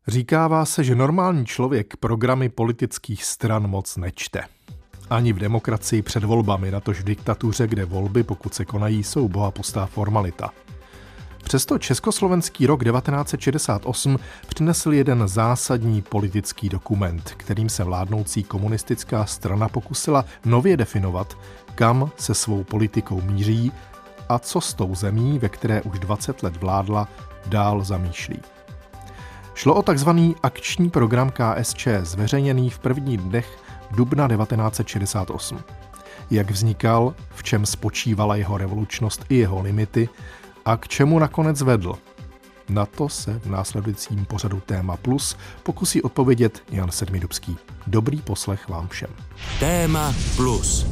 Říkává se, že normální člověk programy politických stran moc nečte. Ani v demokracii před volbami, natož v diktatuře, kde volby, pokud se konají, jsou bohapustá formalita. Přesto československý rok 1968 přinesl jeden zásadní politický dokument, kterým se vládnoucí komunistická strana pokusila nově definovat, kam se svou politikou míří a co s tou zemí, ve které už 20 let vládla, dál zamýšlí. Šlo o takzvaný akční program KSČ, zveřejněný v prvních dnech dubna 1968. Jak vznikal, v čem spočívala jeho revolučnost i jeho limity a k čemu nakonec vedl. Na to se v následujícím pořadu Téma Plus pokusí odpovědět Jan Sedmidubský. Dobrý poslech vám všem. Téma Plus.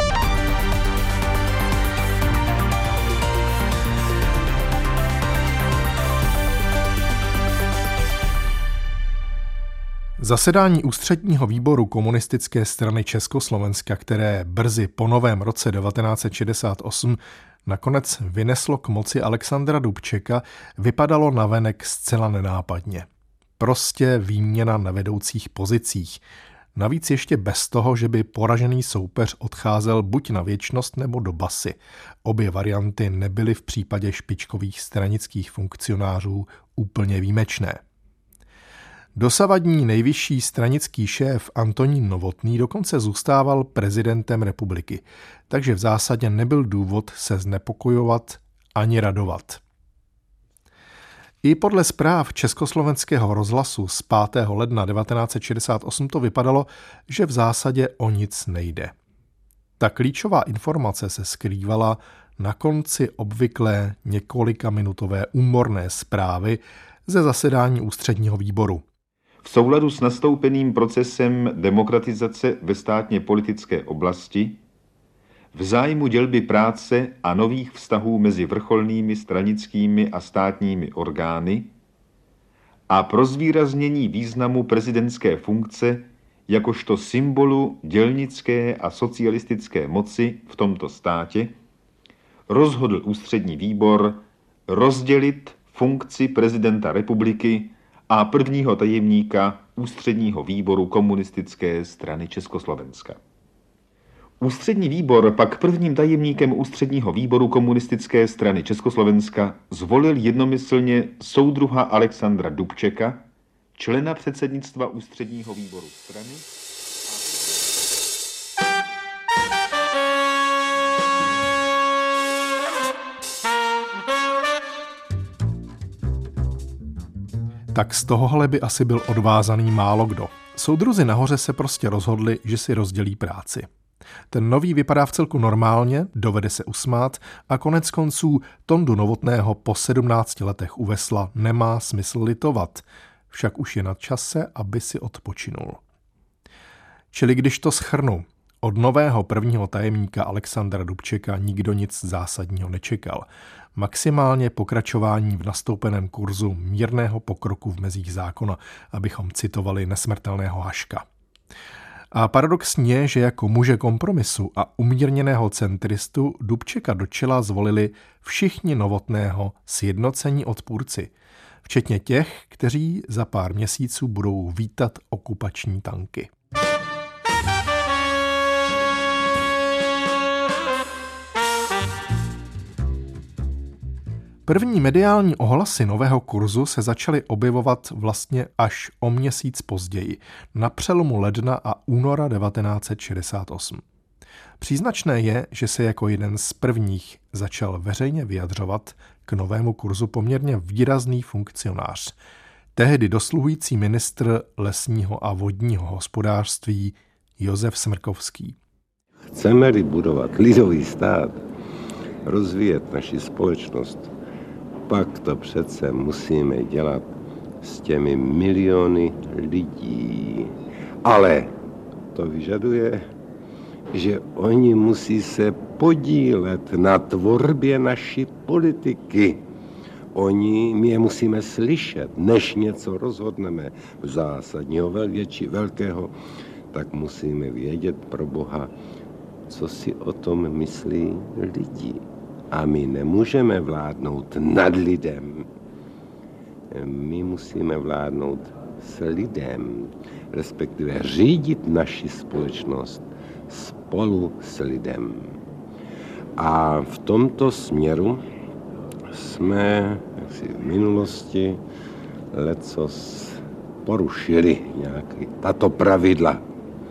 Zasedání ústředního výboru Komunistické strany Československa, které brzy po novém roce 1968 nakonec vyneslo k moci Alexandra Dubčeka, vypadalo navenek zcela nenápadně. Prostě výměna na vedoucích pozicích. Navíc ještě bez toho, že by poražený soupeř odcházel buď na věčnost nebo do basy. Obě varianty nebyly v případě špičkových stranických funkcionářů úplně výjimečné. Dosavadní nejvyšší stranický šéf Antonín Novotný dokonce zůstával prezidentem republiky, takže v zásadě nebyl důvod se znepokojovat ani radovat. I podle zpráv Československého rozhlasu z 5. ledna 1968 to vypadalo, že v zásadě o nic nejde. Ta klíčová informace se skrývala na konci obvyklé několikaminutové úmorné zprávy ze zasedání ústředního výboru. V souladu s nastoupeným procesem demokratizace ve státně politické oblasti, v zájmu dělby práce a nových vztahů mezi vrcholnými stranickými a státními orgány a pro zvýraznění významu prezidentské funkce jakožto symbolu dělnické a socialistické moci v tomto státě, rozhodl ústřední výbor rozdělit funkci prezidenta republiky a prvního tajemníka ústředního výboru Komunistické strany Československa. Ústřední výbor pak prvním tajemníkem ústředního výboru Komunistické strany Československa zvolil jednomyslně soudruha Alexandra Dubčeka, člena předsednictva ústředního výboru strany. Tak z tohohle by asi byl odvázaný málo kdo. Soudruzi nahoře se prostě rozhodli, že si rozdělí práci. Ten nový vypadá vcelku normálně, dovede se usmát a konec konců Tondu Novotného po 17 letech u vesla nemá smysl litovat, však už je na čase, aby si odpočinul. Čili když to shrnu, od nového prvního tajemníka Alexandra Dubčeka nikdo nic zásadního nečekal. Maximálně pokračování v nastoupeném kurzu mírného pokroku v mezích zákona, abychom citovali nesmrtelného Haška. A paradoxní je, že jako muže kompromisu a umírněného centristu Dubčeka do čela zvolili všichni Novotného sjednocení odpůrci, včetně těch, kteří za pár měsíců budou vítat okupační tanky. První mediální ohlasy nového kurzu se začaly objevovat vlastně až o měsíc později, na přelomu ledna a února 1968. Příznačné je, že se jako jeden z prvních začal veřejně vyjadřovat k novému kurzu poměrně výrazný funkcionář, tehdy dosluhující ministr lesního a vodního hospodářství Josef Smrkovský. Chceme-li budovat lidový stát, rozvíjet naši společnost, pak to přece musíme dělat s těmi miliony lidí. Ale to vyžaduje, že oni musí se podílet na tvorbě naší politiky. My je musíme slyšet, než něco rozhodneme zásadního, velkého, tak musíme vědět pro Boha, co si o tom myslí lidi. A my nemůžeme vládnout nad lidem. My musíme vládnout s lidem, respektive řídit naši společnost spolu s lidem. A v tomto směru jsme v minulosti lecos porušili nějaké tato pravidla.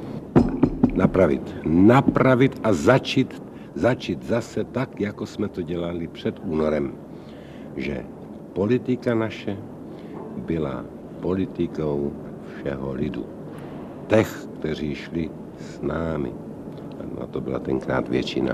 Napravit a začít zase tak, jako jsme to dělali před únorem. Že politika naše byla politikou všeho lidu. Těch, kteří šli s námi. A to byla tenkrát většina.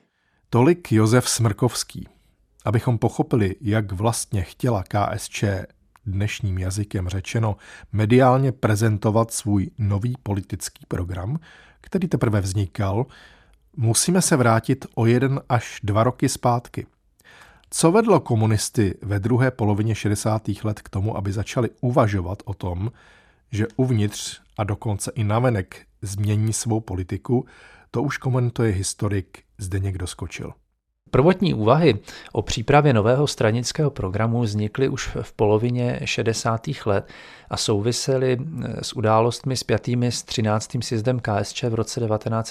Tolik Josef Smrkovský. Abychom pochopili, jak vlastně chtěla KSČ, dnešním jazykem řečeno, mediálně prezentovat svůj nový politický program, který teprve vznikal, musíme se vrátit o 1 až 2 roky zpátky. Co vedlo komunisty ve druhé polovině 60. let k tomu, aby začali uvažovat o tom, že uvnitř a dokonce i navenek změní svou politiku, to už komentuje historik Zdeněk Doskočil. Prvotní úvahy o přípravě nového stranického programu vznikly už v polovině 60. let a souvisely s událostmi spjatými s 13. sjezdem KSČ v roce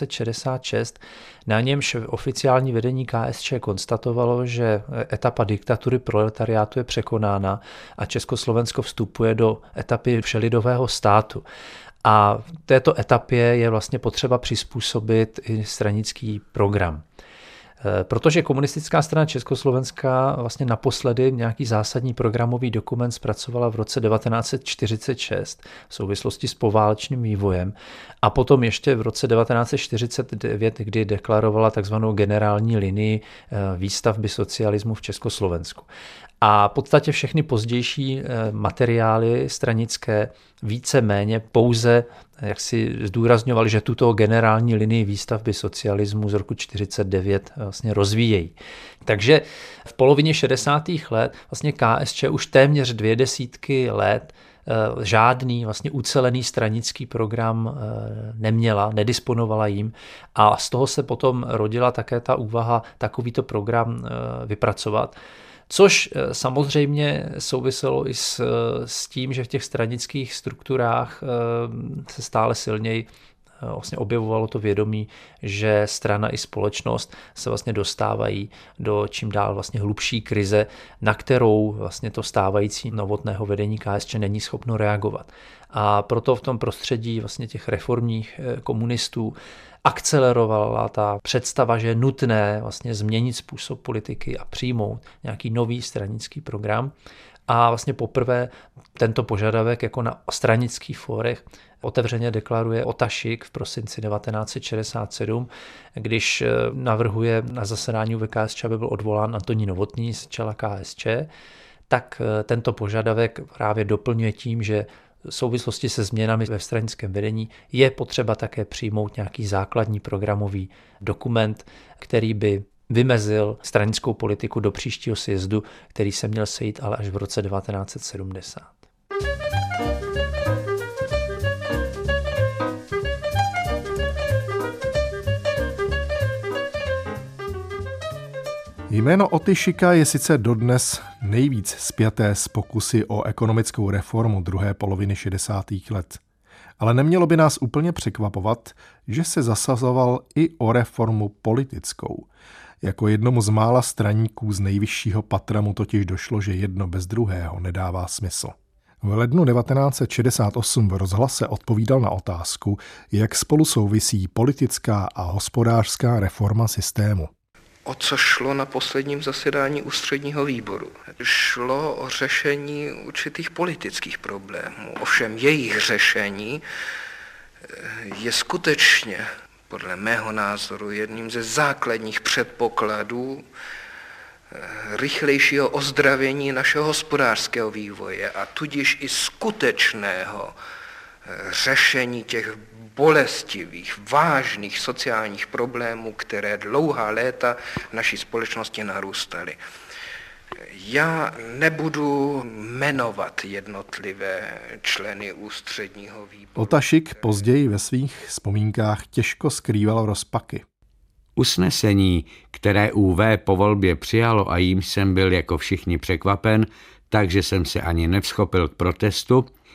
1966. Na němž oficiální vedení KSČ konstatovalo, že etapa diktatury proletariátu je překonána a Československo vstupuje do etapy všelidového státu. A v této etapě je vlastně potřeba přizpůsobit i stranický program. Protože komunistická strana Československa vlastně naposledy nějaký zásadní programový dokument zpracovala v roce 1946 v souvislosti s poválečným vývojem a potom ještě v roce 1949, kdy deklarovala takzvanou generální linii výstavby socialismu v Československu. A v podstatě všechny pozdější materiály stranické víceméně pouze jak si zdůrazňovali, že tuto generální linii výstavby socialismu z roku 1949 vlastně rozvíjejí. Takže v polovině 60. let vlastně KSČ už téměř 20 let žádný vlastně ucelený stranický program neměla, nedisponovala jim a z toho se potom rodila také ta úvaha takovýto program vypracovat. Což samozřejmě souviselo i s tím, že v těch stranických strukturách se stále silněji vlastně objevovalo to vědomí, že strana i společnost se vlastně dostávají do čím dál vlastně hlubší krize, na kterou vlastně to stávající novotného vedení KSČ není schopno reagovat. A proto v tom prostředí vlastně těch reformních komunistů akcelerovala ta představa, že je nutné vlastně změnit způsob politiky a přijmout nějaký nový stranický program. A vlastně poprvé tento požadavek jako na stranických fórech otevřeně deklaruje Otašik v prosinci 1967, když navrhuje na zasedání VKSČ, aby byl odvolán Antonín Novotný z čela KSČ, tak tento požadavek právě doplňuje tím, že v souvislosti se změnami ve stranickém vedení je potřeba také přijmout nějaký základní programový dokument, který by vymezil stranickou politiku do příštího sjezdu, který se měl sejít ale až v roce 1970. Jméno Otyšika je sice dodnes nejvíc spjaté s pokusy o ekonomickou reformu druhé poloviny 60. let. Ale nemělo by nás úplně překvapovat, že se zasazoval i o reformu politickou. Jako jednomu z mála straníků z nejvyššího patra mu totiž došlo, že jedno bez druhého nedává smysl. V lednu 1968 v rozhlase odpovídal na otázku, jak spolu souvisí politická a hospodářská reforma systému. O co šlo na posledním zasedání ústředního výboru? Šlo o řešení určitých politických problémů. Ovšem jejich řešení je skutečně, podle mého názoru, jedním ze základních předpokladů rychlejšího ozdravění našeho hospodářského vývoje a tudíž i skutečného řešení těch bolestivých, vážných sociálních problémů, které dlouhá léta v naší společnosti narůstaly. Já nebudu jmenovat jednotlivé členy ústředního výboru. Otašik později ve svých vzpomínkách těžko skrýval rozpaky. Usnesení, které ÚV po volbě přijalo a jímž jsem byl jako všichni překvapen, takže jsem se ani nevzchopil k protestu,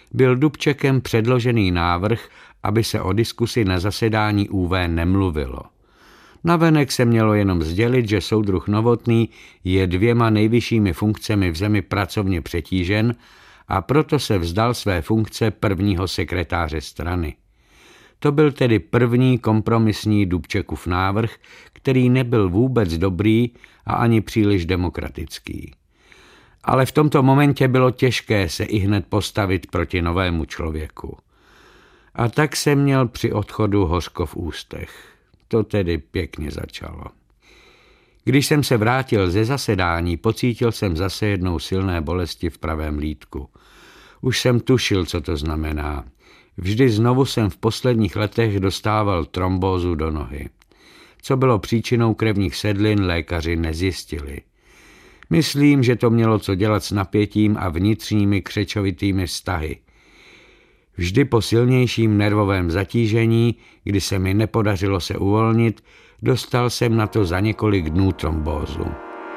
byl Dubčekem předložený návrh, aby se o diskusi na zasedání ÚV nemluvilo. Navenek se mělo jenom sdělit, že soudruh Novotný je 2 nejvyššími funkcemi v zemi pracovně přetížen a proto se vzdal své funkce prvního sekretáře strany. To byl tedy první kompromisní Dubčekův návrh, který nebyl vůbec dobrý a ani příliš demokratický. Ale v tomto momentě bylo těžké se ihned postavit proti novému člověku. A tak se měl při odchodu hořko v ústech. To tedy pěkně začalo. Když jsem se vrátil ze zasedání, pocítil jsem zase jednou silné bolesti v pravém lýtku. Už jsem tušil, co to znamená. Vždy znovu jsem v posledních letech dostával trombózu do nohy. Co bylo příčinou krevních sedlin, lékaři nezjistili. Myslím, že to mělo co dělat s napětím a vnitřními křečovitými vztahy. Vždy po silnějším nervovém zatížení, kdy se mi nepodařilo se uvolnit, dostal jsem na to za několik dnů trombózu.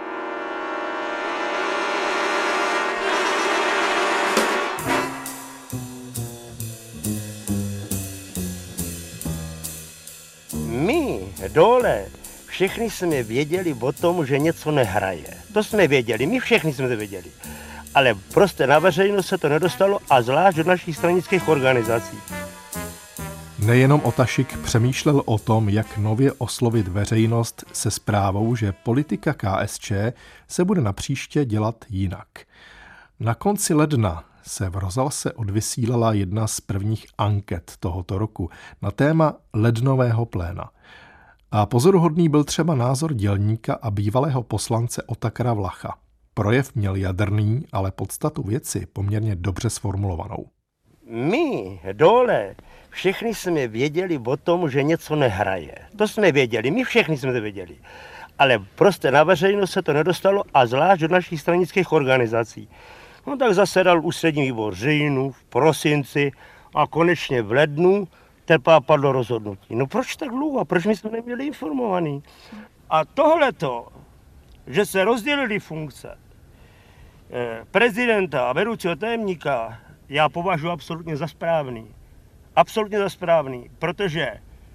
My dole všichni jsme věděli o tom, že něco nehraje. To jsme věděli, my všichni jsme to věděli. Ale prostě na veřejnost se to nedostalo a zvlášť do našich stranických organizací. Nejenom Otašik přemýšlel o tom, jak nově oslovit veřejnost se zprávou, že politika KSČ se bude napříště dělat jinak. Na konci ledna se v rozhlase odvysílala jedna z prvních anket tohoto roku na téma lednového pléna. A pozoruhodný byl třeba názor dělníka a bývalého poslance Otakara Vlacha. Projev měl jadrný, ale podstatu věci poměrně dobře sformulovanou. My dole všichni jsme věděli o tom, že něco nehraje. To jsme věděli, my všichni jsme to věděli. Ale prostě na veřejnost se to nedostalo a zvlášť do našich stranických organizací. No tak zasedal ústřední výbor v říjnu, v prosinci a konečně v lednu teprve padlo rozhodnutí. No proč tak dlouho? Proč my jsme neměli informovaný? A tohleto, že se rozdělily funkce prezidenta a vedoucího tajemníka, já považuji absolutně za správný. Absolutně za správný, protože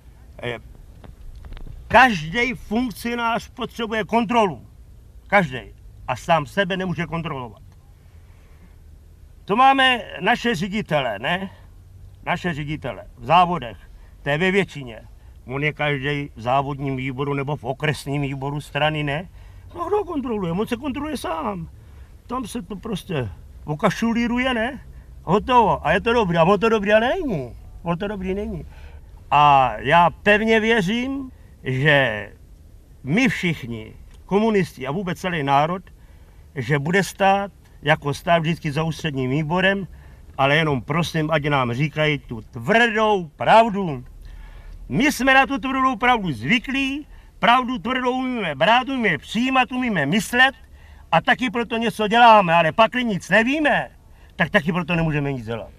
každý funkcionář potřebuje kontrolu. Každý. A sám sebe nemůže kontrolovat. To máme naše ředitele, ne? Naše ředitele v závodech, to je ve většině. On je každý v závodním výboru nebo v okresním výboru strany, ne? No kdo kontroluje? On se kontroluje sám. Tam se to prostě okašulíruje, ne? Hotovo. A je to dobrý. A on to dobrý není. On to dobrý není. A já pevně věřím, že my všichni, komunisti a vůbec celý národ, že bude stát, jako stát vždycky za ústředním výborem, ale jenom prosím, ať nám říkají tu tvrdou pravdu. My jsme na tu tvrdou pravdu zvyklí, pravdu tvrdou umíme brát, umíme přijímat, umíme myslet a taky proto něco děláme, ale pakli nic nevíme, tak taky proto nemůžeme nic dělat.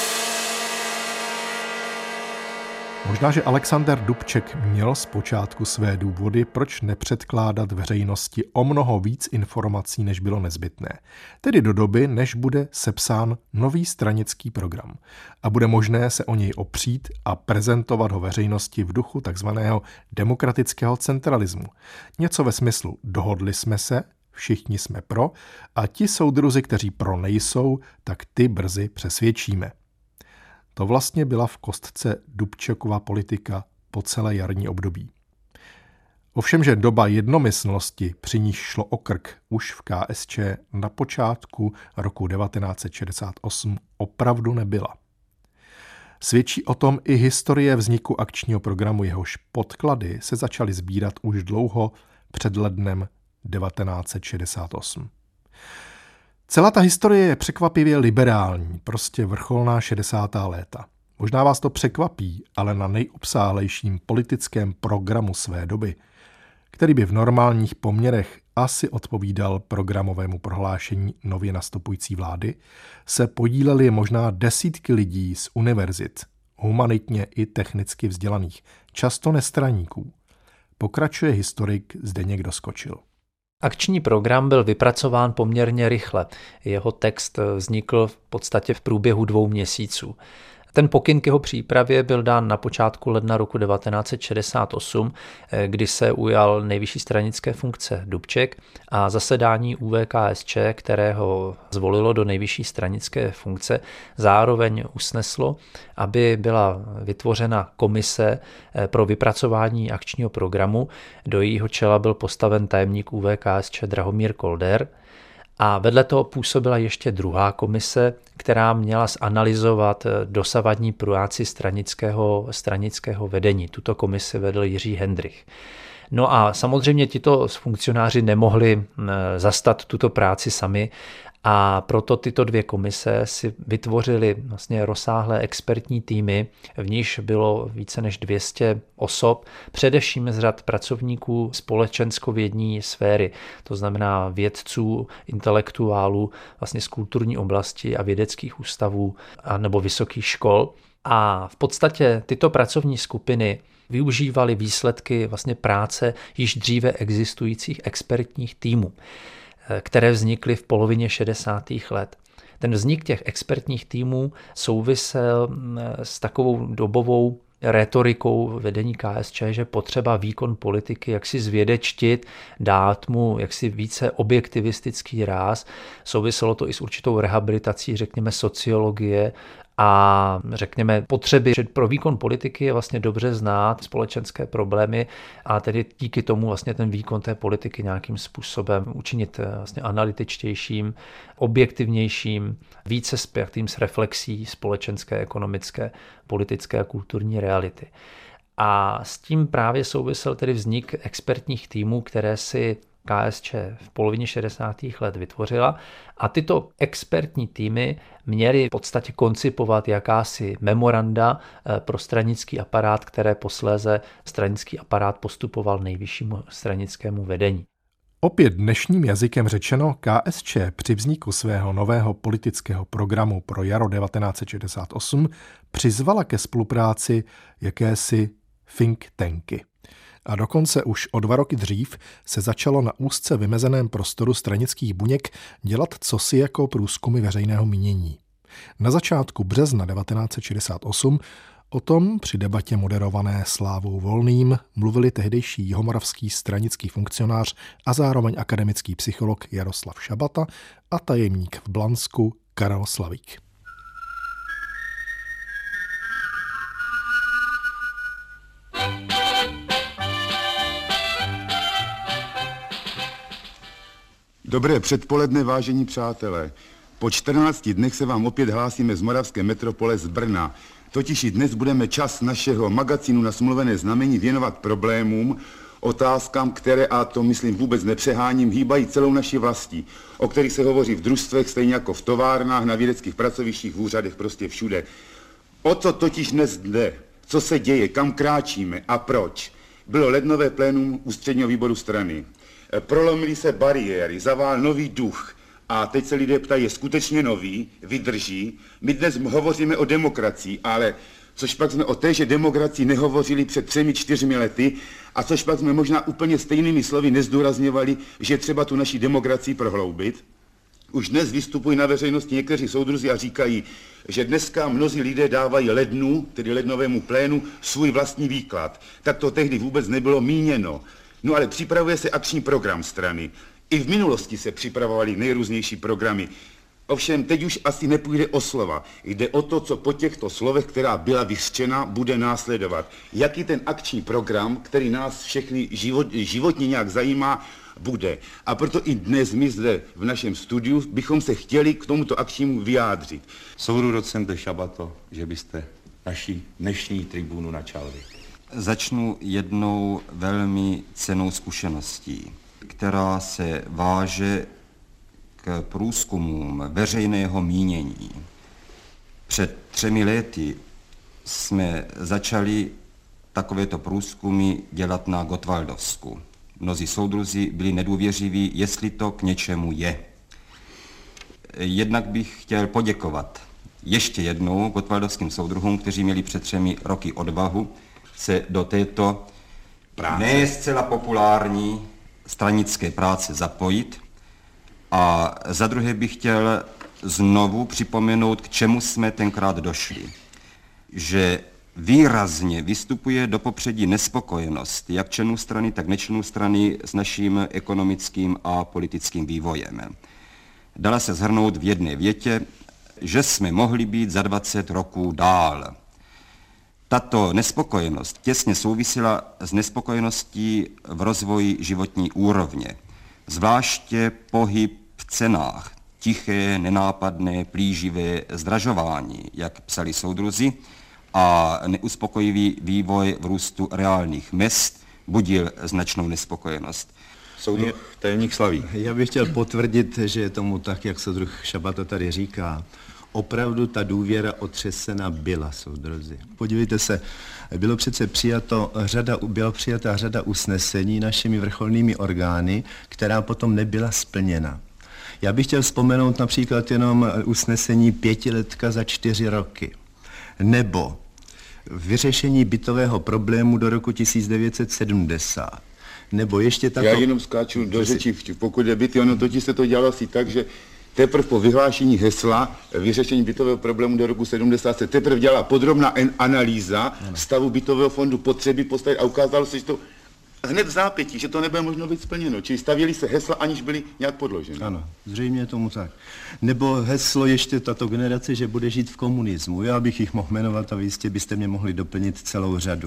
Možná, že Alexander Dubček měl zpočátku své důvody, proč nepředkládat veřejnosti o mnoho víc informací, než bylo nezbytné. Tedy do doby, než bude sepsán nový stranický program a bude možné se o něj opřít a prezentovat ho veřejnosti v duchu takzvaného demokratického centralismu. Něco ve smyslu dohodli jsme se, všichni jsme pro a ti soudruzi, kteří pro nejsou, tak ty brzy přesvědčíme. To vlastně byla v kostce Dubčekova politika po celé jarní období. Ovšem, že doba jednomyslnosti, při níž šlo o krk už v KSČ na počátku roku 1968, opravdu nebyla. Svědčí o tom i historie vzniku akčního programu, jehož podklady se začaly sbírat už dlouho před lednem 1968. Celá ta historie je překvapivě liberální, prostě vrcholná 60. léta. Možná vás to překvapí, ale na nejobsáhlejším politickém programu své doby, který by v normálních poměrech asi odpovídal programovému prohlášení nově nastupující vlády, se podíleli možná desítky lidí z univerzit, humanitně i technicky vzdělaných, často nestraníků. Pokračuje historik Zdeněk Doskočil. Akční program byl vypracován poměrně rychle. Jeho text vznikl v podstatě v průběhu 2 měsíců. Ten pokyn k jeho přípravě byl dán na počátku ledna roku 1968, kdy se ujal nejvyšší stranické funkce Dubček a zasedání ÚVKSČ, kterého zvolilo do nejvyšší stranické funkce, zároveň usneslo, aby byla vytvořena komise pro vypracování akčního programu. Do jejího čela byl postaven tajemník ÚVKSČ Drahomír Kolder. A vedle toho působila ještě druhá komise, která měla zanalyzovat dosavadní práci stranického vedení. Tuto komisi vedl Jiří Hendrych. No a samozřejmě tito funkcionáři nemohli zastat tuto práci sami a proto tyto 2 komise si vytvořily vlastně rozsáhlé expertní týmy, v níž bylo více než 200 osob, především z řad pracovníků společenskovědní sféry, to znamená vědců, intelektuálů vlastně z kulturní oblasti a vědeckých ústavů nebo vysokých škol. A v podstatě tyto pracovní skupiny využívaly výsledky vlastně práce již dříve existujících expertních týmů, které vznikly v polovině 60. let. Ten vznik těch expertních týmů souvisel s takovou dobovou rétorikou vedení KSČ, že potřeba výkon politiky jaksi zvědečtit, dát mu jaksi více objektivistický ráz. Souviselo to i s určitou rehabilitací, řekněme, sociologie a řekněme potřeby, že pro výkon politiky je vlastně dobře znát společenské problémy a tedy díky tomu vlastně ten výkon té politiky nějakým způsobem učinit vlastně analytičtějším, objektivnějším, více spjatým s reflexí společenské, ekonomické, politické a kulturní reality. A s tím právě souvisel tedy vznik expertních týmů, které si KSČ v polovině 60. let vytvořila a tyto expertní týmy měly v podstatě koncipovat jakási memoranda pro stranický aparát, které posléze stranický aparát postupoval nejvyššímu stranickému vedení. Opět dnešním jazykem řečeno, KSČ při vzniku svého nového politického programu pro jaro 1968 přizvala ke spolupráci jakési think tanky. A dokonce už o 2 roky dřív se začalo na úzce vymezeném prostoru stranických buněk dělat cosi jako průzkumy veřejného mínění. Na začátku března 1968 o tom při debatě moderované Slávou Volným mluvili tehdejší jihomoravský stranický funkcionář a zároveň akademický psycholog Jaroslav Šabata a tajemník v Blansku Karel Slavík. Dobré předpoledne, vážení přátelé. Po 14 dnech se vám opět hlásíme z moravské metropole z Brna. Totiž i dnes budeme čas našeho magazínu Na smluvené znamení věnovat problémům, otázkám, které, a to myslím vůbec nepřeháním, hýbají celou naší vlastí, o kterých se hovoří v družstvech, stejně jako v továrnách, na vědeckých pracovištích, v úřadech, prostě všude. O co totiž dnes jde? Co se děje? Kam kráčíme? A proč? Bylo lednové plénum ústředního výboru strany. Prolomily se bariéry, zavál nový duch. A teď se lidé ptají, je skutečně nový, vydrží. My dnes hovoříme o demokracii, ale což pak jsme o téže demokracii nehovořili před 3-4 lety a což pak jsme možná úplně stejnými slovy nezdůrazňovali, že třeba tu naši demokracii prohloubit. Už dnes vystupují na veřejnosti někteří soudruzi a říkají, že dneska mnozí lidé dávají lednu, tedy lednovému plénu, svůj vlastní výklad. Tak to tehdy vůbec nebylo míněno. No ale připravuje se akční program strany. I v minulosti se připravovaly nejrůznější programy. Ovšem teď už asi nepůjde o slova. Jde o to, co po těchto slovech, která byla vyřčena, bude následovat. Jaký ten akční program, který nás všechny životně nějak zajímá, bude. A proto i dnes my zde v našem studiu bychom se chtěli k tomuto akčnímu vyjádřit. Soudu docente Šabato, že byste naši dnešní tribunu načal vy. Začnu jednou velmi cennou zkušeností, která se váže k průzkumům veřejného mínění. Před 3 lety jsme začali takovéto průzkumy dělat na Gottwaldovsku. Mnozí soudruzi byli nedůvěřiví, jestli to k něčemu je. Jednak bych chtěl poděkovat ještě jednou Gottwaldovským soudruhům, kteří měli před 3 roky odvahu se do této ne zcela populární stranické práce zapojit. A za druhé bych chtěl znovu připomenout, k čemu jsme tenkrát došli. Že výrazně vystupuje do popředí nespokojenost jak členů strany, tak nečlenů strany s naším ekonomickým a politickým vývojem. Dala se shrnout v jedné větě, že jsme mohli být za 20 roků dál. Tato nespokojenost těsně souvisela s nespokojeností v rozvoji životní úrovně. Zvláště pohyb v cenách, tiché, nenápadné, plíživé zdražování, jak psali soudruzi, a neuspokojivý vývoj v růstu reálných mezd budil značnou nespokojenost. Soudruh tajemník Slaví. Já bych chtěl potvrdit, že je tomu tak, jak soudruh Šabato tady říká. Opravdu ta důvěra otřesena byla, soudruzi. Podívejte se, byla přijata řada usnesení našimi vrcholnými orgány, která potom nebyla splněna. Já bych chtěl vzpomenout například jenom usnesení 5letka za 4 roky. Nebo vyřešení bytového problému do roku 1970. Nebo ještě takový... Já jenom skáču do řeči, pokud je byty, ono totiž se to dělalo asi tak, že teprve po vyhlášení hesla vyřešení bytového problému do roku 70 se teprve dělala podrobná analýza stavu bytového fondu, potřeby postavit a ukázalo se, že to hned v zápětí, že to nebude možno být splněno. Čili stavěly se hesla, aniž byly nějak podloženy. Ano, zřejmě je tomu tak. Nebo heslo ještě tato generace, že bude žít v komunismu. Já bych jich mohl jmenovat a vy jistě byste mě mohli doplnit celou řadu.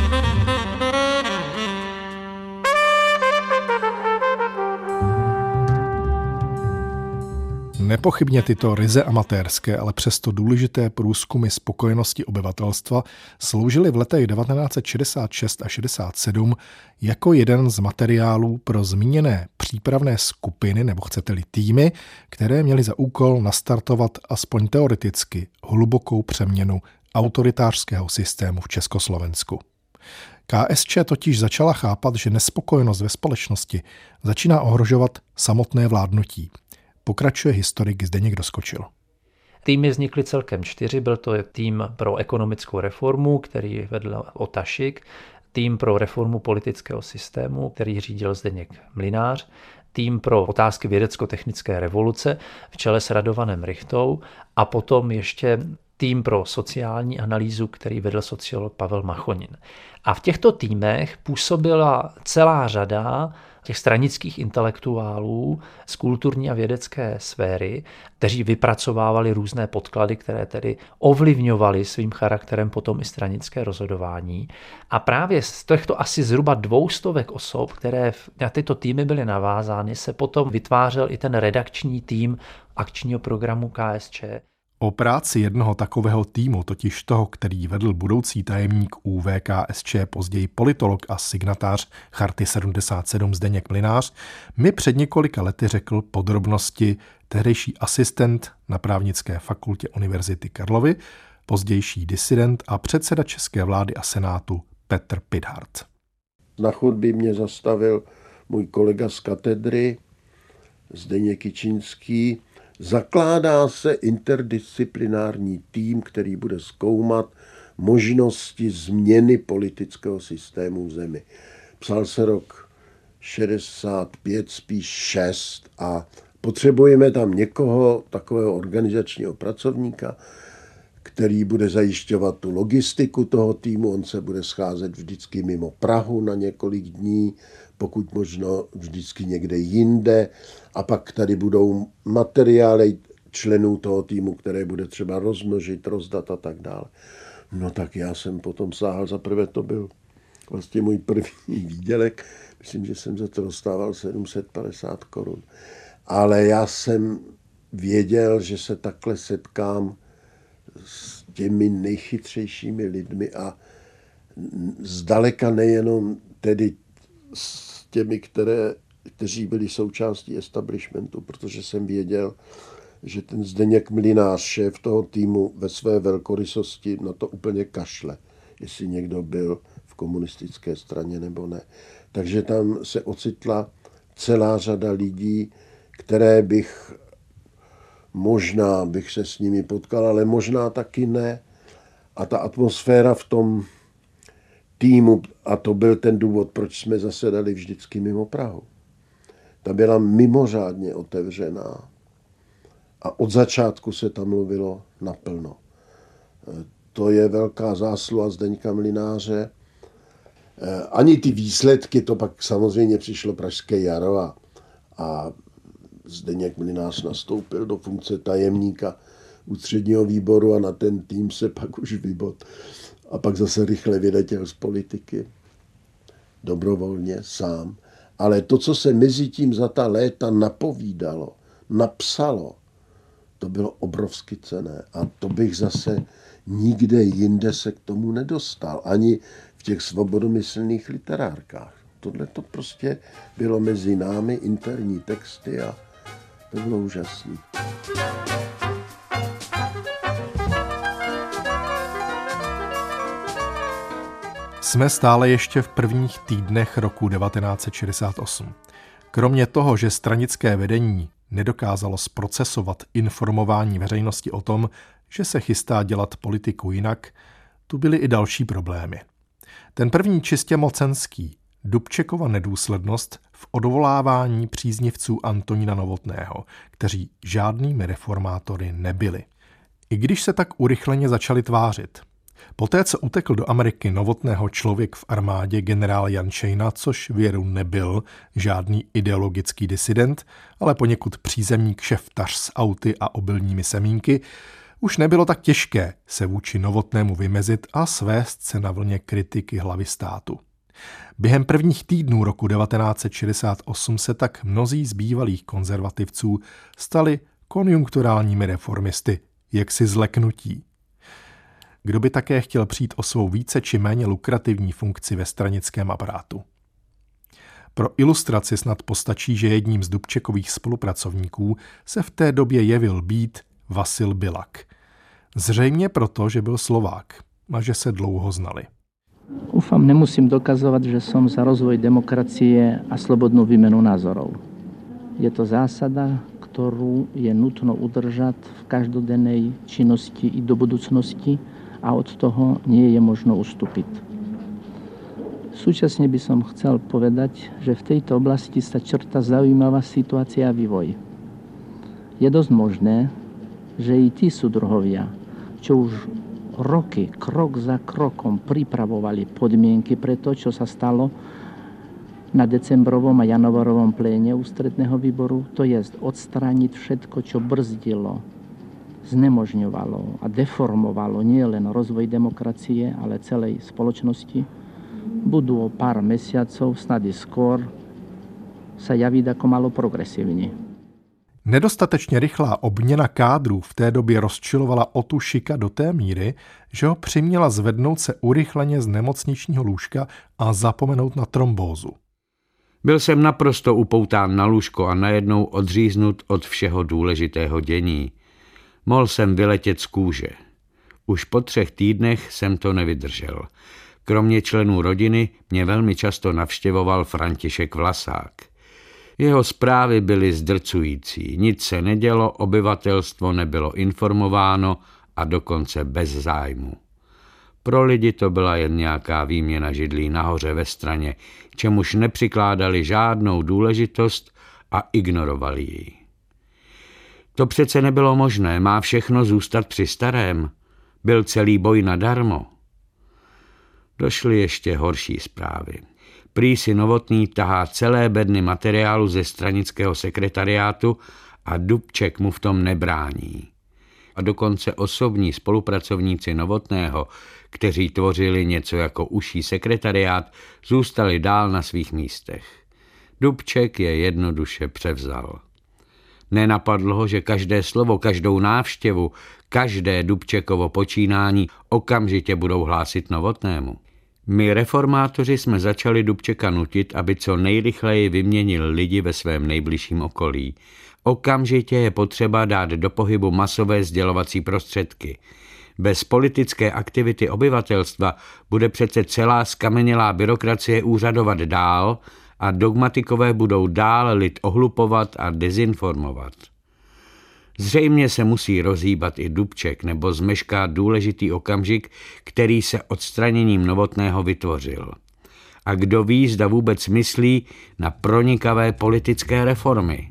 Nepochybně tyto ryze amatérské, ale přesto důležité průzkumy spokojenosti obyvatelstva sloužily v letech 1966 a 67 jako jeden z materiálů pro zmíněné přípravné skupiny, nebo chcete-li týmy, které měly za úkol nastartovat aspoň teoreticky hlubokou přeměnu autoritářského systému v Československu. KSČ totiž začala chápat, že nespokojenost ve společnosti začíná ohrožovat samotné vládnutí. Pokračuje historik Zdeněk Doskočil. Týmy vznikly celkem 4. Byl to tým pro ekonomickou reformu, který vedl Otašik, tým pro reformu politického systému, který řídil Zdeněk Mlynář, tým pro otázky vědecko-technické revoluce v čele s Radovanem Richtou a potom ještě tým pro sociální analýzu, který vedl sociolog Pavel Machonin. A v těchto týmech působila celá řada těch stranických intelektuálů z kulturní a vědecké sféry, kteří vypracovávali různé podklady, které tedy ovlivňovaly svým charakterem potom i stranické rozhodování. A právě z těchto asi zhruba 200 osob, které na tyto týmy byly navázány, se potom vytvářel i ten redakční tým akčního programu KSČ. O práci jednoho takového týmu, totiž toho, který vedl budoucí tajemník ÚVKSČ, později politolog a signatář Charty 77 Zdeněk Mlynář, mi před několika lety řekl podrobnosti tehdejší asistent na právnické fakultě Univerzity Karlovy, pozdější disident a předseda České vlády a Senátu Petr Pithart. Na chodbě mě zastavil můj kolega z katedry Zdeněk Kyčínský. Zakládá se interdisciplinární tým, který bude zkoumat možnosti změny politického systému v zemi. Psal se rok 65, spíš 6 a potřebujeme tam někoho, takového organizačního pracovníka, který bude zajišťovat tu logistiku toho týmu. On se bude scházet vždycky mimo Prahu na několik dní, pokud možno vždycky někde jinde. A pak tady budou materiály členů toho týmu, které bude třeba rozmnožit, rozdat a tak dále. No tak já jsem potom sáhl, zaprvé to byl vlastně můj první výdělek, myslím, že jsem za to dostával 750 korun. Ale já jsem věděl, že se takhle setkám s těmi nejchytřejšími lidmi a zdaleka nejenom tedy s těmi, kteří byli součástí establishmentu, protože jsem věděl, že ten Zdeněk Mlynář, šéf toho týmu, ve své velkorysosti na to úplně kašle, jestli někdo byl v komunistické straně nebo ne. Takže tam se ocitla celá řada lidí, které možná bych se s nimi potkal, ale možná taky ne. A ta atmosféra v tom týmu, a to byl ten důvod, proč jsme zasedali vždycky mimo Prahu. ta byla mimořádně otevřená a od začátku se tam mluvilo naplno. To je velká zásluha Zdeňka Mlynáře. Ani ty výsledky, to pak samozřejmě přišlo Pražské jaro a Zdeněk Mlynář nastoupil do funkce tajemníka ústředního výboru a na ten tým se pak už vybod. A pak zase rychle vyletěl z politiky. Dobrovolně, sám. Ale to, co se mezi tím za ta léta napovídalo, napsalo, to bylo obrovsky cenné. A to bych zase nikde jinde se k tomu nedostal. Ani v těch svobodomyslných literárkách. Tohle to prostě bylo mezi námi, interní texty a to bylo úžasné. Jsme stále ještě v prvních týdnech roku 1968. Kromě toho, že stranické vedení nedokázalo zprocesovat informování veřejnosti o tom, že se chystá dělat politiku jinak, tu byly i další problémy. Ten první čistě mocenský, Dubčekova nedůslednost v odvolávání příznivců Antonína Novotného, kteří žádnými reformátory nebyli. I když se tak urychleně začali tvářit. Poté, co utekl do Ameriky Novotného člověk v armádě generál Jan Šejna, což věru nebyl žádný ideologický disident, ale poněkud přízemník šeftař s auty a obilními semínky, už nebylo tak těžké se vůči Novotnému vymezit a svést se na vlně kritiky hlavy státu. Během prvních týdnů roku 1968 se tak mnozí z bývalých konzervativců stali konjunkturálními reformisty, jaksi zleknutí. Kdo by také chtěl přijít o svou více či méně lukrativní funkci ve stranickém aparátu. Pro ilustraci snad postačí, že jedním z Dubčekových spolupracovníků se v té době jevil být Vasil Bilak. Zřejmě proto, že byl Slovák a že se dlouho znali. Ufam, nemusím dokazovat, že som za rozvoj demokracie a slobodnú výmenu názorov. Je to zásada, ktorú je nutno udržať v každodennej činnosti i do budúcnosti a od toho nie je možno ustúpiť. Súčasne by som chcel povedať, že v tejto oblasti sa črta zaujímavá situácia a vývoj. Je dosť možné, že i tí súdruhovia, čo už roky, krok za krokom pripravovali podmienky pre to, čo sa stalo na decembrovom a januárovom pléne ústredného výboru, to je odstrániť všetko, čo brzdilo, znemožňovalo a deformovalo nie len rozvoj demokracie, ale celej spoločnosti, budú o pár mesiacov, snad i skôr, sa javiť ako malo progresívne. Nedostatečně rychlá obměna kádrů v té době rozčilovala Otu Šika do té míry, že ho přiměla zvednout se urychleně z nemocničního lůžka a zapomenout na trombózu. Byl jsem naprosto upoután na lůžko a najednou odříznut od všeho důležitého dění. Mohl jsem vyletět z kůže. Už po 3 týdnech jsem to nevydržel. Kromě členů rodiny mě velmi často navštěvoval František Vlasák. Jeho zprávy byly zdrcující, nic se nedělo, obyvatelstvo nebylo informováno a dokonce bez zájmu. Pro lidi to byla jen nějaká výměna židlí nahoře ve straně, čemuž nepřikládali žádnou důležitost a ignorovali ji. To přece nebylo možné, má všechno zůstat při starém. Byl celý boj nadarmo. Došly ještě horší zprávy. Prý si Novotný tahá celé bedny materiálu ze stranického sekretariátu a Dubček mu v tom nebrání. A dokonce osobní spolupracovníci Novotného, kteří tvořili něco jako užší sekretariát, zůstali dál na svých místech. Dubček je jednoduše převzal. Nenapadlo ho, že každé slovo, každou návštěvu, každé Dubčekovo počínání okamžitě budou hlásit Novotnému. My reformátoři jsme začali Dubčeka nutit, aby co nejrychleji vyměnil lidi ve svém nejbližším okolí. Okamžitě je potřeba dát do pohybu masové sdělovací prostředky. Bez politické aktivity obyvatelstva bude přece celá skamenělá byrokracie úřadovat dál a dogmatikové budou dál lid ohlupovat a dezinformovat. Zřejmě se musí rozhýbat i Dubček nebo zmešká důležitý okamžik, který se odstraněním Novotného vytvořil. A kdo ví, zda vůbec myslí na pronikavé politické reformy.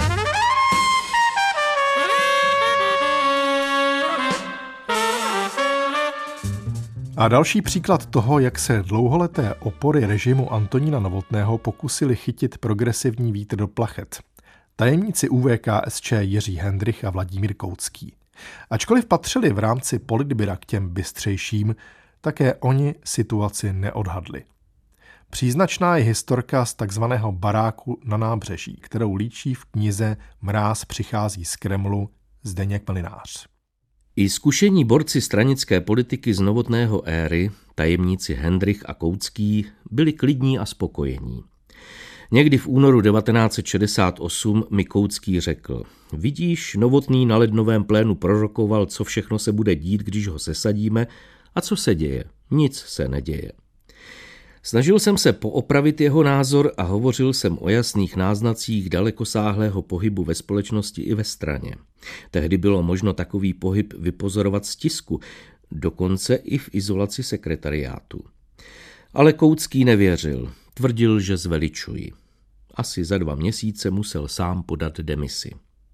A další příklad toho, jak se dlouholeté opory režimu Antonína Novotného pokusili chytit progresivní vítr do plachet. Tajemníci ÚVKSČ Jiří Hendrych a Vladimír Koutský. Ačkoliv patřili v rámci politbyra k těm bystřejším, také oni situaci neodhadli. Příznačná je historka z takzvaného baráku na nábřeží, kterou líčí v knize Mráz přichází z Kremlu Zdeněk Mlynář. I zkušení borci stranické politiky z Novotného éry, tajemníci Hendrych a Koutský, byli klidní a spokojení. Někdy v únoru 1968 mi Koutský řekl: vidíš, Novotný na lednovém plénu prorokoval, co všechno se bude dít, když ho sesadíme, a co se děje? Nic se neděje. Snažil jsem se poopravit jeho názor a hovořil jsem o jasných náznacích dalekosáhlého pohybu ve společnosti i ve straně. Tehdy bylo možno takový pohyb vypozorovat z tisku, dokonce i v izolaci sekretariátu. Ale Koutský nevěřil, tvrdil, že zveličuji. Asi za 2 měsíce musel sám podat demisi.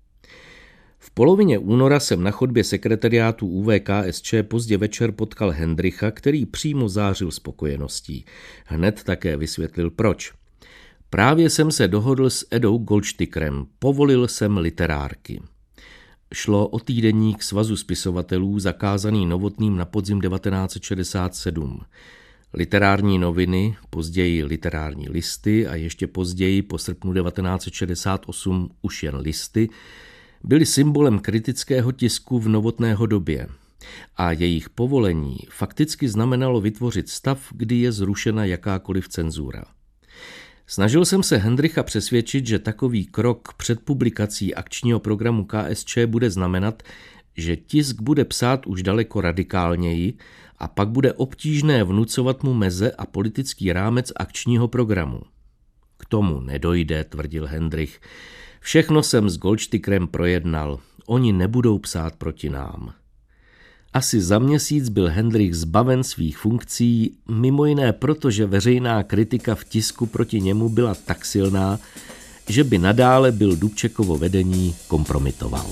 V polovině února jsem na chodbě sekretariátu ÚVKSČ pozdě večer potkal Hendricha, který přímo zářil spokojeností. Hned také vysvětlil proč. Právě jsem se dohodl s Edou Goldstikrem, povolil jsem literárky. Šlo o týdeník Svazu spisovatelů zakázaný Novotným na podzim 1967. Literární noviny, později literární listy a ještě později po srpnu 1968 už jen listy, byly symbolem kritického tisku v Novotného době a jejich povolení fakticky znamenalo vytvořit stav, kdy je zrušena jakákoliv cenzura. Snažil jsem se Hendricha přesvědčit, že takový krok před publikací akčního programu KSČ bude znamenat, že tisk bude psát už daleko radikálněji a pak bude obtížné vnucovat mu meze a politický rámec akčního programu. K tomu nedojde, tvrdil Hendrich. Všechno jsem s Goldstikrem projednal. Oni nebudou psát proti nám. Asi za měsíc byl Hendrich zbaven svých funkcí, mimo jiné proto, že veřejná kritika v tisku proti němu byla tak silná, že by nadále byl Dubčekovo vedení kompromitoval.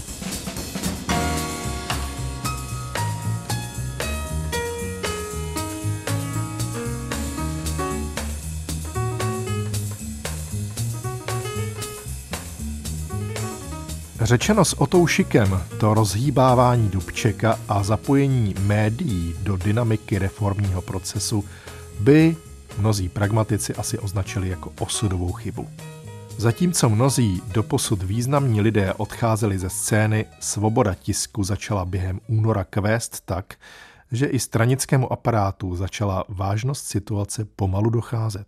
Řečeno s Otou Šikem, to rozhýbávání Dubčeka a zapojení médií do dynamiky reformního procesu by mnozí pragmatici asi označili jako osudovou chybu. Zatímco mnozí doposud významní lidé odcházeli ze scény, svoboda tisku začala během února kvést tak, že i stranickému aparátu začala vážnost situace pomalu docházet.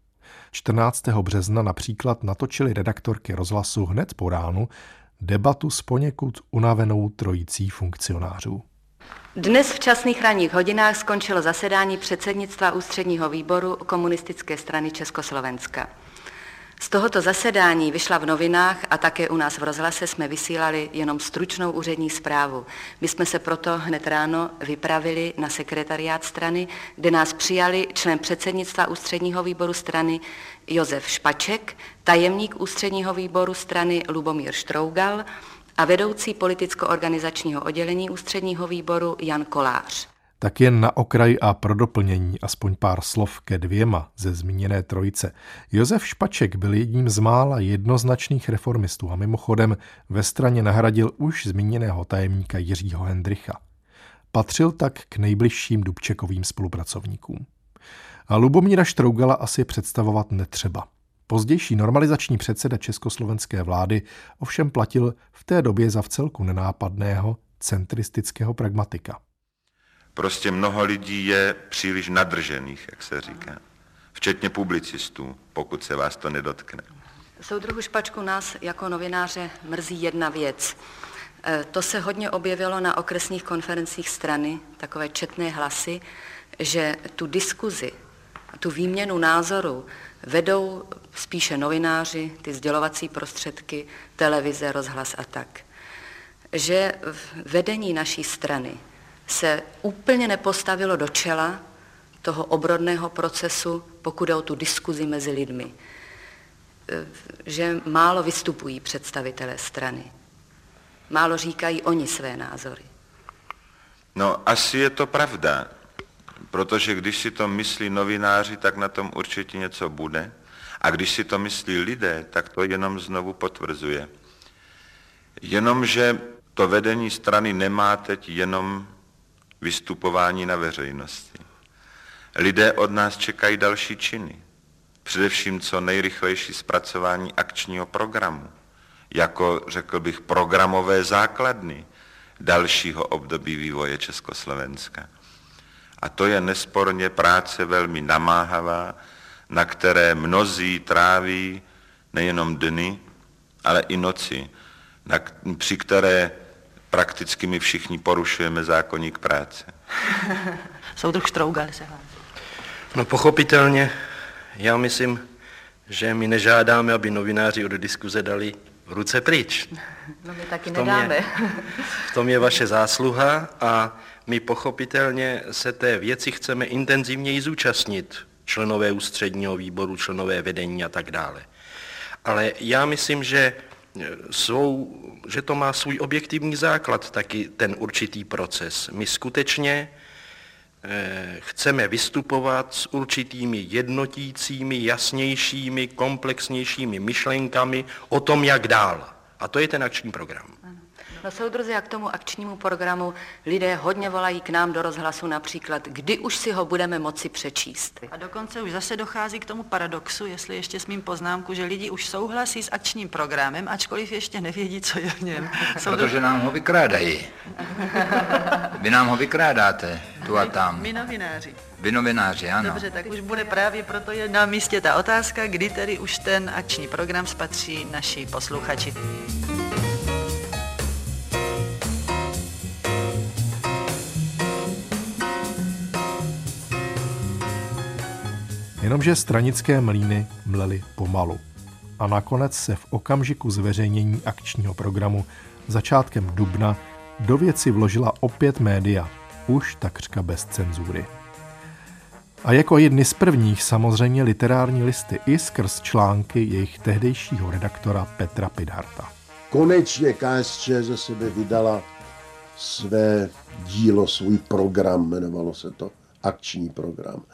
14. března například natočili redaktorky rozhlasu hned po ránu debatu s poněkud unavenou trojicí funkcionářů. Dnes v časných ranních hodinách skončilo zasedání předsednictva Ústředního výboru Komunistické strany Československa. Z tohoto zasedání vyšla v novinách a také u nás v rozhlase jsme vysílali jenom stručnou úřední zprávu. My jsme se proto hned ráno vypravili na sekretariát strany, kde nás přijali člen předsednictva Ústředního výboru strany Josef Špaček, tajemník Ústředního výboru strany Lubomír Štrougal a vedoucí politicko-organizačního oddělení Ústředního výboru Jan Kolář. Tak jen na okraj a pro doplnění aspoň pár slov ke 2 ze zmíněné trojice. Josef Špaček byl jedním z mála jednoznačných reformistů a mimochodem ve straně nahradil už zmíněného tajemníka Jiřího Hendricha. Patřil tak k nejbližším Dubčekovým spolupracovníkům. A Lubomíra Štrougala asi představovat netřeba. Pozdější normalizační předseda československé vlády ovšem platil v té době za vcelku nenápadného centristického pragmatika. Prostě mnoho lidí je příliš nadržených, jak se říká. Včetně publicistů, pokud se vás to nedotkne. Soudruhu Špačku, nás jako novináře mrzí jedna věc. To se hodně objevilo na okresních konferencích strany, takové četné hlasy, že tu diskuzi, tu výměnu názorů vedou spíše novináři, ty sdělovací prostředky, televize, rozhlas a tak. Že vedení naší strany se úplně nepostavilo do čela toho obrodného procesu, pokud jde o tu diskuzi mezi lidmi. Že málo vystupují představitelé strany. Málo říkají oni své názory. No, asi je to pravda, protože když si to myslí novináři, tak na tom určitě něco bude. A když si to myslí lidé, tak to jenom znovu potvrzuje. Jenomže to vedení strany nemá teď jenom vystupování na veřejnosti. Lidé od nás čekají další činy. Především co nejrychlejší zpracování akčního programu, jako, řekl bych, programové základny dalšího období vývoje Československa. A to je nesporně práce velmi namáhavá, na které mnozí tráví nejenom dny, ale i noci, při které prakticky my všichni porušujeme zákoník práce. Soudruh Štrougal se hlásí. No pochopitelně, já myslím, že my nežádáme, aby novináři od diskuze dali ruce pryč. No my taky nedáme. V tom je vaše zásluha a my pochopitelně se té věci chceme intenzivněji zúčastnit. Členové ústředního výboru, členové vedení a tak dále. Ale já myslím, že to má svůj objektivní základ, taky ten určitý proces. My skutečně chceme vystupovat s určitými jednotícími, jasnějšími, komplexnějšími myšlenkami o tom, jak dál. A to je ten akční program. No soudruzi, a k tomu akčnímu programu lidé hodně volají k nám do rozhlasu například, kdy už si ho budeme moci přečíst. A dokonce už zase dochází k tomu paradoxu, jestli ještě smím poznámku, že lidi už souhlasí s akčním programem, ačkoliv ještě nevědí, co je v něm. Protože nám ho vykrádají. Vy nám ho vykrádáte, tu a tam. My novináři. Vy novináři, ano. Dobře, tak už bude právě proto je na místě ta otázka, kdy tedy už ten akční program spatří naši posluchači. Jenomže stranické mlýny mlely pomalu. A nakonec se v okamžiku zveřejnění akčního programu začátkem dubna do věci vložila opět média, už takřka bez cenzury. A jako jedny z prvních samozřejmě literární listy i skrz články jejich tehdejšího redaktora Petra Pidharta. Konečně KSČ ze sebe vydala své dílo, svůj program, jmenovalo se to akční program.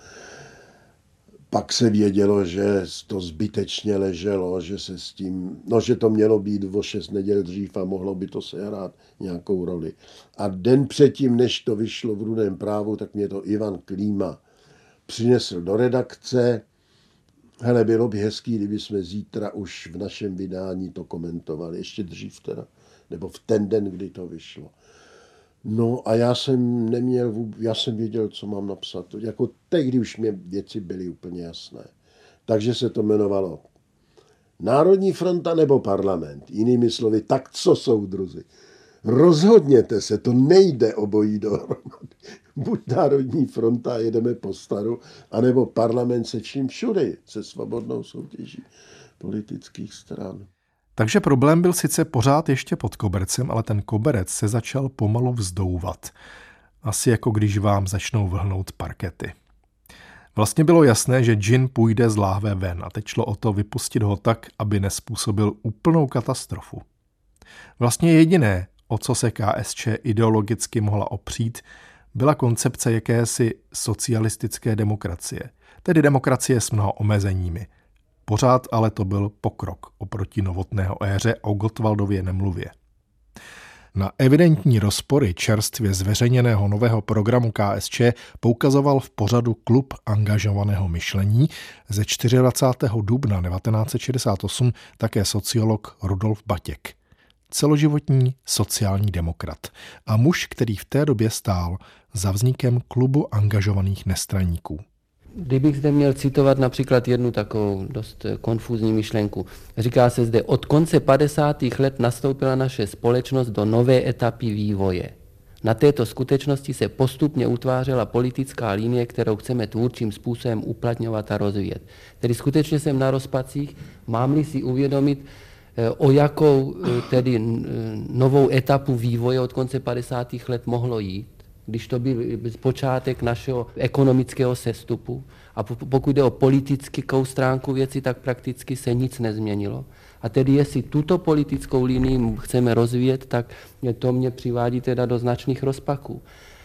Pak se vědělo, že to zbytečně leželo, že se s tím, že to mělo být o 6 neděl dřív a mohlo by to sehrát nějakou roli. A den předtím, než to vyšlo v Rudém právu, tak mě to Ivan Klíma přinesl do redakce. Hele, bylo by hezký, kdyby jsme zítra už v našem vydání to komentovali, ještě dřív teda, nebo v ten den, kdy to vyšlo. No a já jsem věděl, co mám napsat. Jako tehdy už mě věci byly úplně jasné. Takže se to jmenovalo Národní fronta nebo parlament. Jinými slovy, tak co soudruzi? Rozhodněte se, to nejde obojí dohromady. Buď Národní fronta, jedeme po staru, anebo parlament se čím všude, se svobodnou soutěží politických stran. Takže problém byl sice pořád ještě pod kobercem, ale ten koberec se začal pomalu vzdouvat. Asi jako když vám začnou vlhnout parkety. Vlastně bylo jasné, že džin půjde z láhve ven a teď šlo o to vypustit ho tak, aby nespůsobil úplnou katastrofu. Vlastně jediné, o co se KSČ ideologicky mohla opřít, byla koncepce jakési socialistické demokracie, tedy demokracie s mnoha omezeními. Pořád ale to byl pokrok oproti Novotného éře a o Gottwaldově nemluvě. Na evidentní rozpory čerstvě zveřejněného nového programu KSČ poukazoval v pořadu Klub angažovaného myšlení ze 24. dubna 1968 také sociolog Rudolf Batěk. Celoživotní sociální demokrat a muž, který v té době stál za vznikem Klubu angažovaných nestraníků. Kdybych zde měl citovat například jednu takovou dost konfúzní myšlenku. Říká se zde, od konce 50. let nastoupila naše společnost do nové etapy vývoje. Na této skutečnosti se postupně utvářela politická linie, kterou chceme tvůrčím způsobem uplatňovat a rozvíjet. Tedy skutečně jsem na rozpacích, mám-li si uvědomit, o jakou tedy novou etapu vývoje od konce 50. let mohlo jít. když to byl počátek našeho ekonomického sestupu. A pokud jde o politickou stránku věci, tak prakticky se nic nezměnilo. A tedy jestli tuto politickou linii chceme rozvíjet, tak to mě přivádí teda do značných rozpaků.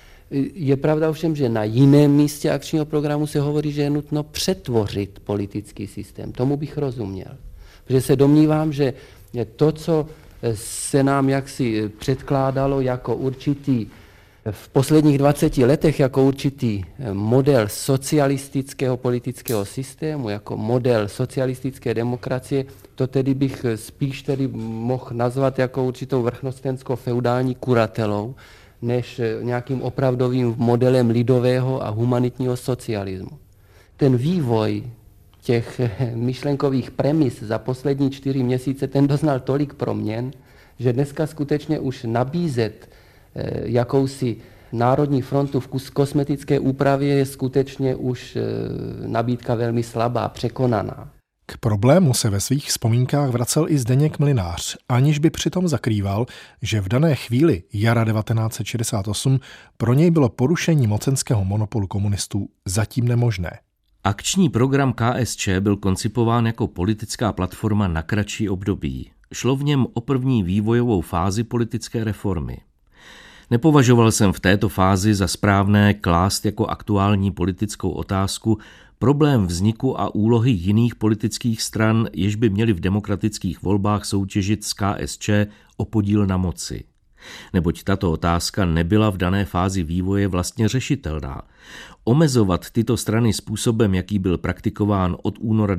Je pravda ovšem, že na jiném místě akčního programu se hovorí, že je nutno přetvořit politický systém. Tomu bych rozuměl. Protože se domnívám, že to, co se nám jaksi předkládalo jako určitý v posledních 20 letech jako určitý model socialistického politického systému, jako model socialistické demokracie, to tedy bych spíš tedy mohl nazvat jako určitou vrchnostenskou-feudální kuratelou, než nějakým opravdovým modelem lidového a humanitního socialismu. Ten vývoj těch myšlenkových premis za poslední 4 měsíce, ten doznal tolik proměn, že dneska skutečně už nabízet jakousi Národní frontu v kosmetické úpravě je skutečně už nabídka velmi slabá, překonaná. K problému se ve svých vzpomínkách vracel i Zdeněk Mlynář, aniž by přitom zakrýval, že v dané chvíli jara 1968 pro něj bylo porušení mocenského monopolu komunistů zatím nemožné. Akční program KSČ byl koncipován jako politická platforma na kratší období. Šlo v něm o první vývojovou fázi politické reformy. Nepovažoval jsem v této fázi za správné klást jako aktuální politickou otázku problém vzniku a úlohy jiných politických stran, jež by měly v demokratických volbách soutěžit s KSČ o podíl na moci. Neboť tato otázka nebyla v dané fázi vývoje vlastně řešitelná. Omezovat tyto strany způsobem, jaký byl praktikován od února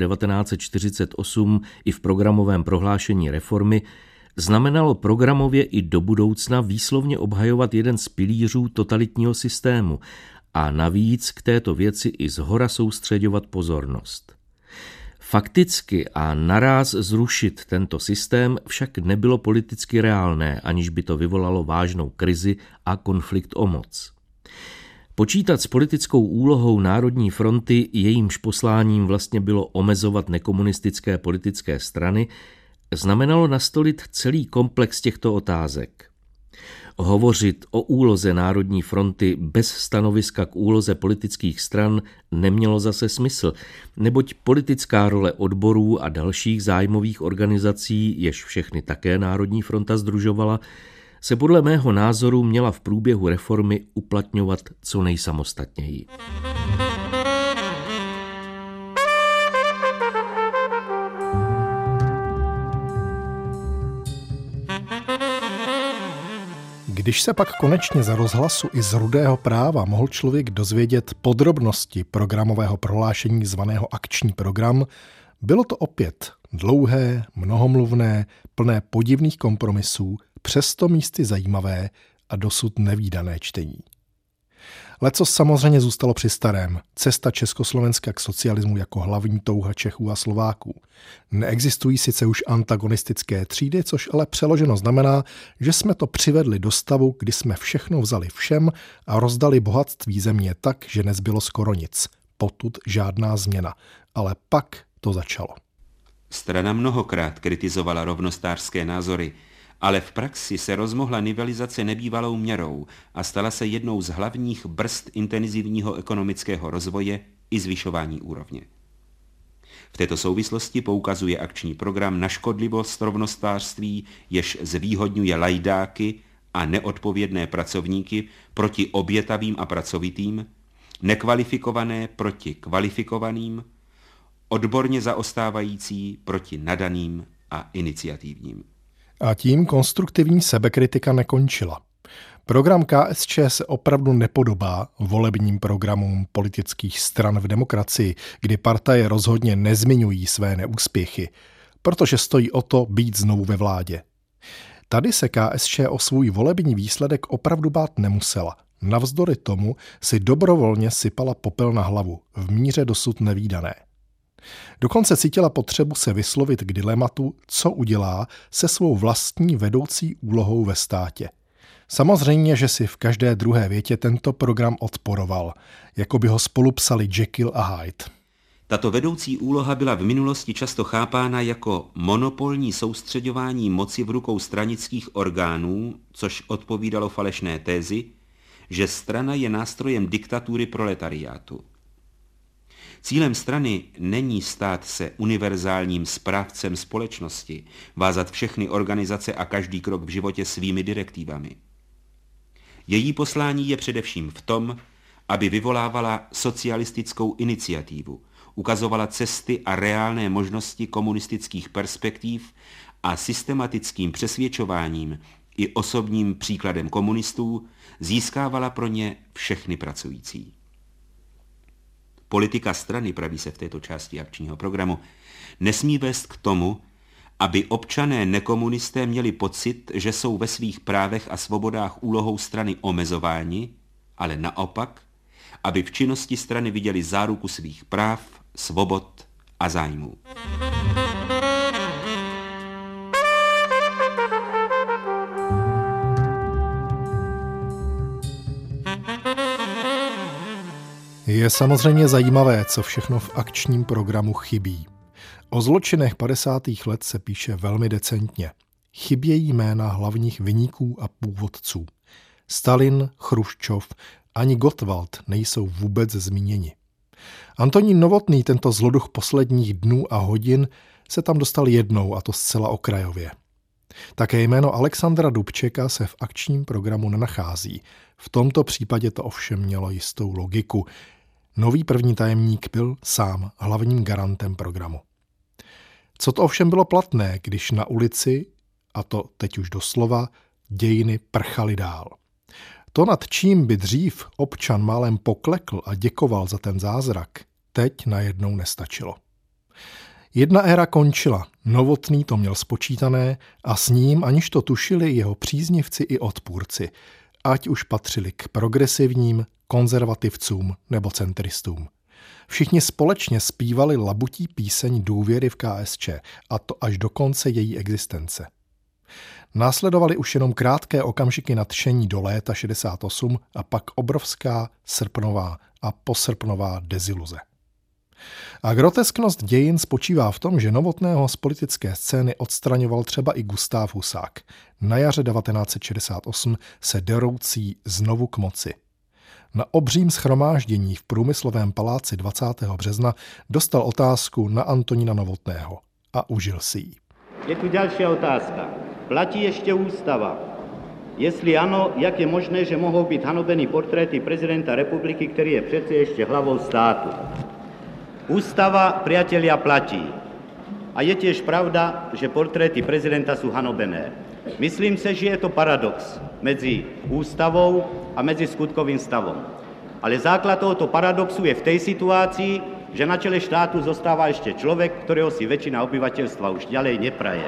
1948 i v programovém prohlášení reformy, znamenalo programově i do budoucna výslovně obhajovat jeden z pilířů totalitního systému a navíc k této věci i zhora soustředovat pozornost. Fakticky a naráz zrušit tento systém však nebylo politicky reálné, aniž by to vyvolalo vážnou krizi a konflikt o moc. Počítat s politickou úlohou Národní fronty, jejímž posláním vlastně bylo omezovat nekomunistické politické strany, znamenalo nastolit celý komplex těchto otázek. Hovořit o úloze Národní fronty bez stanoviska k úloze politických stran nemělo zase smysl, neboť politická role odborů a dalších zájmových organizací, jež všechny také Národní fronta sdružovala, se podle mého názoru měla v průběhu reformy uplatňovat co nejsamostatněji. Když se pak konečně za rozhlasu i z Rudého práva mohl člověk dozvědět podrobnosti programového prohlášení zvaného akční program, bylo to opět dlouhé, mnohomluvné, plné podivných kompromisů, přesto místy zajímavé a dosud nevídané čtení. Lecos samozřejmě zůstalo při starém. Cesta Československa k socialismu jako hlavní touha Čechů a Slováků. Neexistují sice už antagonistické třídy, což ale přeloženo znamená, že jsme to přivedli do stavu, kdy jsme všechno vzali všem a rozdali bohatství země tak, že nezbylo skoro nic. Potud žádná změna. Ale pak to začalo. Strana mnohokrát kritizovala rovnostářské názory, ale v praxi se rozmohla nivelizace nebývalou měrou a stala se jednou z hlavních brzd intenzivního ekonomického rozvoje i zvyšování úrovně. V této souvislosti poukazuje akční program na škodlivost rovnostářství, jež zvýhodňuje lajdáky a neodpovědné pracovníky proti obětavým a pracovitým, nekvalifikované proti kvalifikovaným, odborně zaostávající proti nadaným a iniciativním. A tím konstruktivní sebekritika nekončila. Program KSČ se opravdu nepodobá volebním programům politických stran v demokracii, kdy partaje rozhodně nezmiňují své neúspěchy, protože stojí o to být znovu ve vládě. Tady se KSČ o svůj volební výsledek opravdu bát nemusela. Navzdory tomu si dobrovolně sypala popel na hlavu, v míře dosud nevídané. Dokonce cítila potřebu se vyslovit k dilematu, co udělá se svou vlastní vedoucí úlohou ve státě. Samozřejmě, že si v každé druhé větě tento program odporoval, jako by ho spolupsali Jekyll a Hyde. Tato vedoucí úloha byla v minulosti často chápána jako monopolní soustřeďování moci v rukou stranických orgánů, což odpovídalo falešné tézi, že strana je nástrojem diktatury proletariátu. Cílem strany není stát se univerzálním správcem společnosti, vázat všechny organizace a každý krok v životě svými direktivami. Její poslání je především v tom, aby vyvolávala socialistickou iniciativu, ukazovala cesty a reálné možnosti komunistických perspektiv a systematickým přesvědčováním i osobním příkladem komunistů získávala pro ně všechny pracující. Politika strany, praví se v této části akčního programu, nesmí vést k tomu, aby občané nekomunisté měli pocit, že jsou ve svých právech a svobodách úlohou strany omezováni, ale naopak, aby v činnosti strany viděli záruku svých práv, svobod a zájmů. Je samozřejmě zajímavé, co všechno v akčním programu chybí. O zločinech 50. let se píše velmi decentně. Chybějí jména hlavních viníků a původců. Stalin, Chruščov ani Gottwald nejsou vůbec zmíněni. Antonín Novotný, tento zloduch posledních dnů a hodin, se tam dostal jednou, a to zcela okrajově. Také jméno Alexandra Dubčeka se v akčním programu nenachází. V tomto případě to ovšem mělo jistou logiku. Nový první tajemník byl sám hlavním garantem programu. Co to ovšem bylo platné, když na ulici, a to teď už doslova, dějiny prchaly dál. To, nad čím by dřív občan málem poklekl a děkoval za ten zázrak, teď najednou nestačilo. Jedna éra končila, Novotný to měl spočítané a s ním, aniž to tušili jeho příznivci i odpůrci, ať už patřili k progresivním, konzervativcům nebo centristům. Všichni společně zpívali labutí píseň důvěry v KSČ, a to až do konce její existence. Následovaly už jenom krátké okamžiky nadšení do léta 68 a pak obrovská srpnová a posrpnová deziluze. A grotesknost dějin spočívá v tom, že Novotného z politické scény odstraňoval třeba i Gustáv Husák. Na jaře 1968 se deroucí znovu k moci. Na obřím shromáždění v Průmyslovém paláci 20. března dostal otázku na Antonína Novotného a užil si ji. Je tu další otázka. Platí ještě ústava? Jestli ano, jak je možné, že mohou být hanobeny portréty prezidenta republiky, který je přece ještě hlavou státu? Ústava, priatelia, platí. A je tiež pravda, že portréty prezidenta sú hanobené. Myslím si, že je to paradox medzi ústavou a medzi skutkovým stavom. Ale základ tohoto paradoxu je v tej situácii, že na čele štátu zostáva ešte človek, ktorého si väčšina obyvateľstva už ďalej nepraje.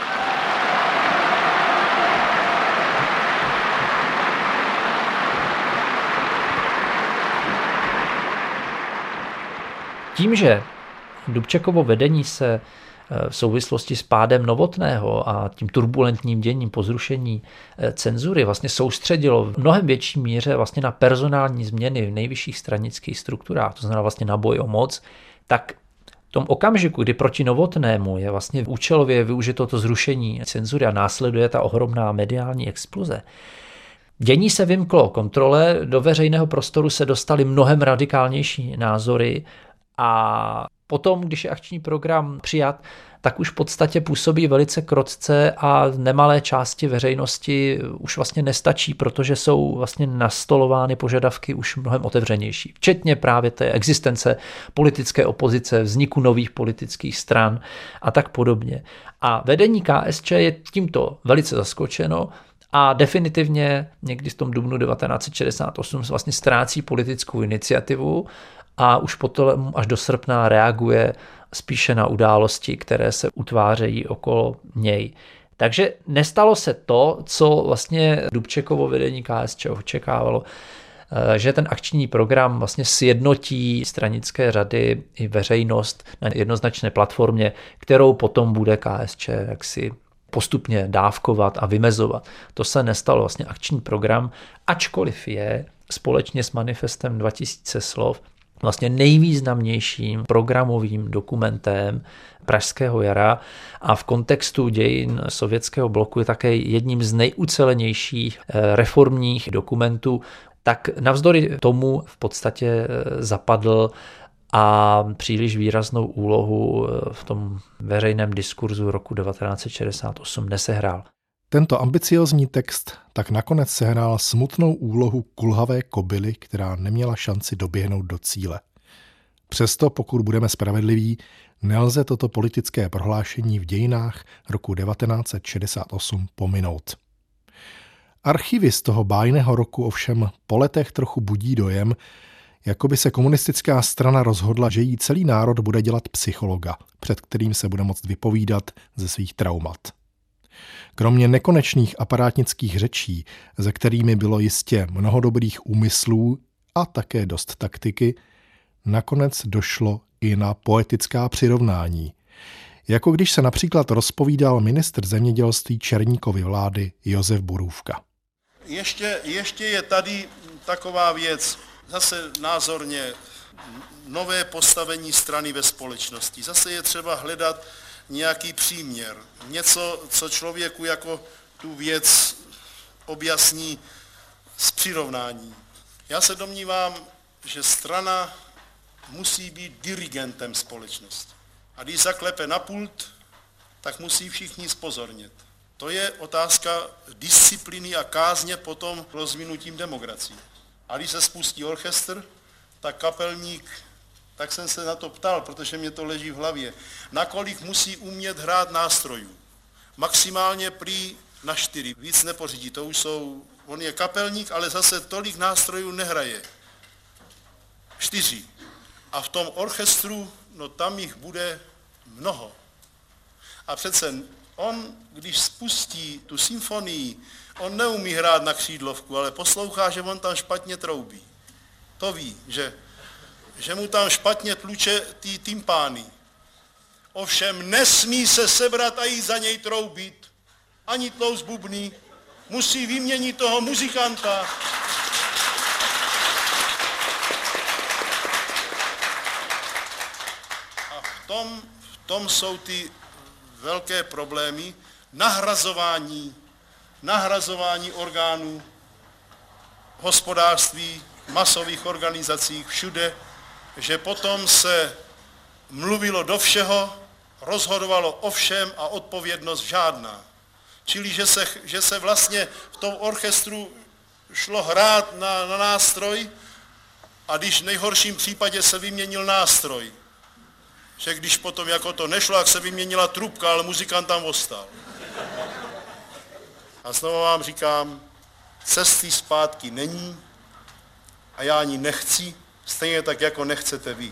Tím, že Dubčekovo vedení se v souvislosti s pádem Novotného a tím turbulentním děním po zrušení cenzury vlastně soustředilo v mnohem větší míře vlastně na personální změny v nejvyšších stranických strukturách, to znamená vlastně na boj o moc, tak v tom okamžiku, kdy proti Novotnému je vlastně účelově využito to zrušení cenzury a následuje ta ohromná mediální exploze, dění se vymklo kontrole, do veřejného prostoru se dostaly mnohem radikálnější názory a potom, když je akční program přijat, tak už v podstatě působí velice krotce a nemalé části veřejnosti už vlastně nestačí, protože jsou vlastně nastolovány požadavky už mnohem otevřenější. Včetně právě té existence politické opozice, vzniku nových politických stran a tak podobně. A vedení KSČ je tímto velice zaskočeno a definitivně někdy v tom dubnu 1968 vlastně ztrácí politickou iniciativu a už potom až do srpna reaguje spíše na události, které se utvářejí okolo něj. Takže nestalo se to, co vlastně Dubčekovo vedení KSČ očekávalo, že ten akční program vlastně sjednotí stranické řady i veřejnost na jednoznačné platformě, kterou potom bude KSČ jaksi postupně dávkovat a vymezovat. To se nestalo. Vlastně akční program, ačkoliv je společně s manifestem 2000 slov vlastně nejvýznamnějším programovým dokumentem Pražského jara a v kontextu dějin sovětského bloku je také jedním z nejucelenějších reformních dokumentů, tak navzdory tomu v podstatě zapadl a příliš výraznou úlohu v tom veřejném diskurzu roku 1968 nesehrál. Tento ambiciózní text tak nakonec sehrál smutnou úlohu kulhavé kobily, která neměla šanci doběhnout do cíle. Přesto, pokud budeme spravedliví, nelze toto politické prohlášení v dějinách roku 1968 pominout. Archivy z toho bájného roku ovšem po letech trochu budí dojem, jako by se komunistická strana rozhodla, že jí celý národ bude dělat psychologa, před kterým se bude moct vypovídat ze svých traumat. Kromě nekonečných aparátnických řečí, ze kterými bylo jistě mnoho dobrých úmyslů a také dost taktiky, nakonec došlo i na poetická přirovnání. Jako když se například rozpovídal ministr zemědělství Černíkovy vlády Josef Borůvka. Ještě je tady taková věc, zase názorně, nové postavení strany ve společnosti. Zase je třeba hledat nějaký příměr, něco, co člověku jako tu věc objasní s přirovnáním. Já se domnívám, že strana musí být dirigentem společnosti. A když zaklepe na pult, tak musí všichni zpozornět. To je otázka disciplíny a kázně potom rozvinutím demokracie. A když se spustí orchestr, tak kapelník, tak jsem se na to ptal, protože mě to leží v hlavě, nakolik musí umět hrát nástrojů. Maximálně prý na 4, víc nepořídí, to už jsou, on je kapelník, ale zase tolik nástrojů nehraje. 4. A v tom orchestru, no tam jich bude mnoho. A přece on, když spustí tu symfonii, on neumí hrát na křídlovku, ale poslouchá, že on tam špatně troubí. To ví, že mu tam špatně tluče ty tympány. Ovšem nesmí se sebrat a jít za něj troubit. Ani tlouc bubny. Musí vyměnit toho muzikanta. A v tom jsou ty velké problémy nahrazování orgánů hospodářství, masových organizacích, všude, že potom se mluvilo do všeho, rozhodovalo o všem a odpovědnost žádná. Čili, že se vlastně v tom orchestru šlo hrát na nástroj a když v nejhorším případě se vyměnil nástroj. Že když potom jako to nešlo, jak se vyměnila trubka, ale muzikant tam ostal. A znovu vám říkám, cesty zpátky není a já ani nechci, stejně tak, jako nechcete vy.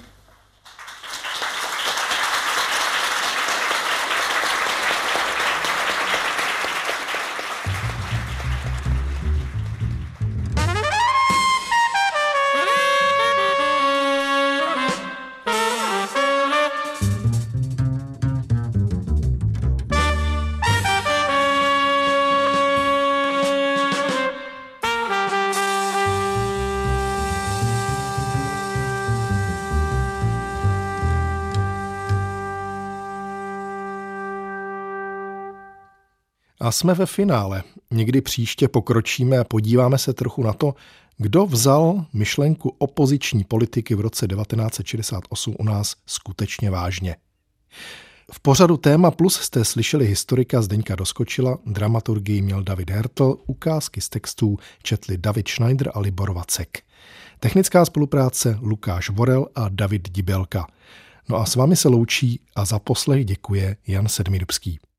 A jsme ve finále. Někdy příště pokročíme a podíváme se trochu na to, kdo vzal myšlenku opoziční politiky v roce 1968 u nás skutečně vážně. V pořadu Téma Plus jste slyšeli historika Zdeňka Doskočila, dramaturgii měl David Hertl, ukázky z textů četli David Schneider a Libor Vacek. Technická spolupráce Lukáš Vorel a David Dibelka. No a s vámi se loučí a za poslech děkuje Jan Sedmidubský.